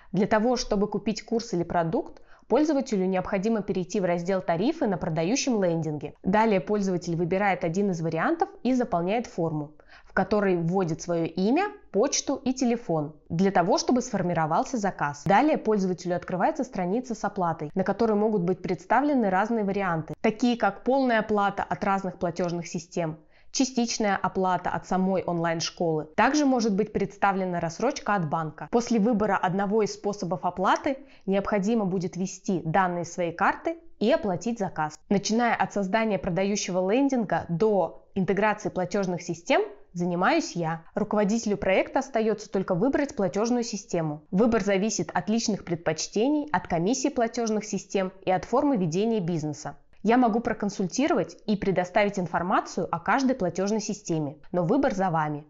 Для того, чтобы купить курс или продукт, пользователю необходимо перейти в раздел «Тарифы» на продающем лендинге. Далее пользователь выбирает один из вариантов и заполняет форму, в которой вводит свое имя, почту и телефон, для того, чтобы сформировался заказ. Далее пользователю открывается страница с оплатой, на которой могут быть представлены разные варианты, такие как полная оплата от разных платежных систем, частичная оплата от самой онлайн-школы. Также может быть представлена рассрочка от банка. После выбора одного из способов оплаты необходимо будет ввести данные своей карты и оплатить заказ. Начиная от создания продающего лендинга до интеграции платежных систем занимаюсь я. Руководителю проекта остается только выбрать платежную систему. Выбор зависит от личных предпочтений, от комиссии платежных систем и от формы ведения бизнеса. Я могу проконсультировать и предоставить информацию о каждой платежной системе, но выбор за вами.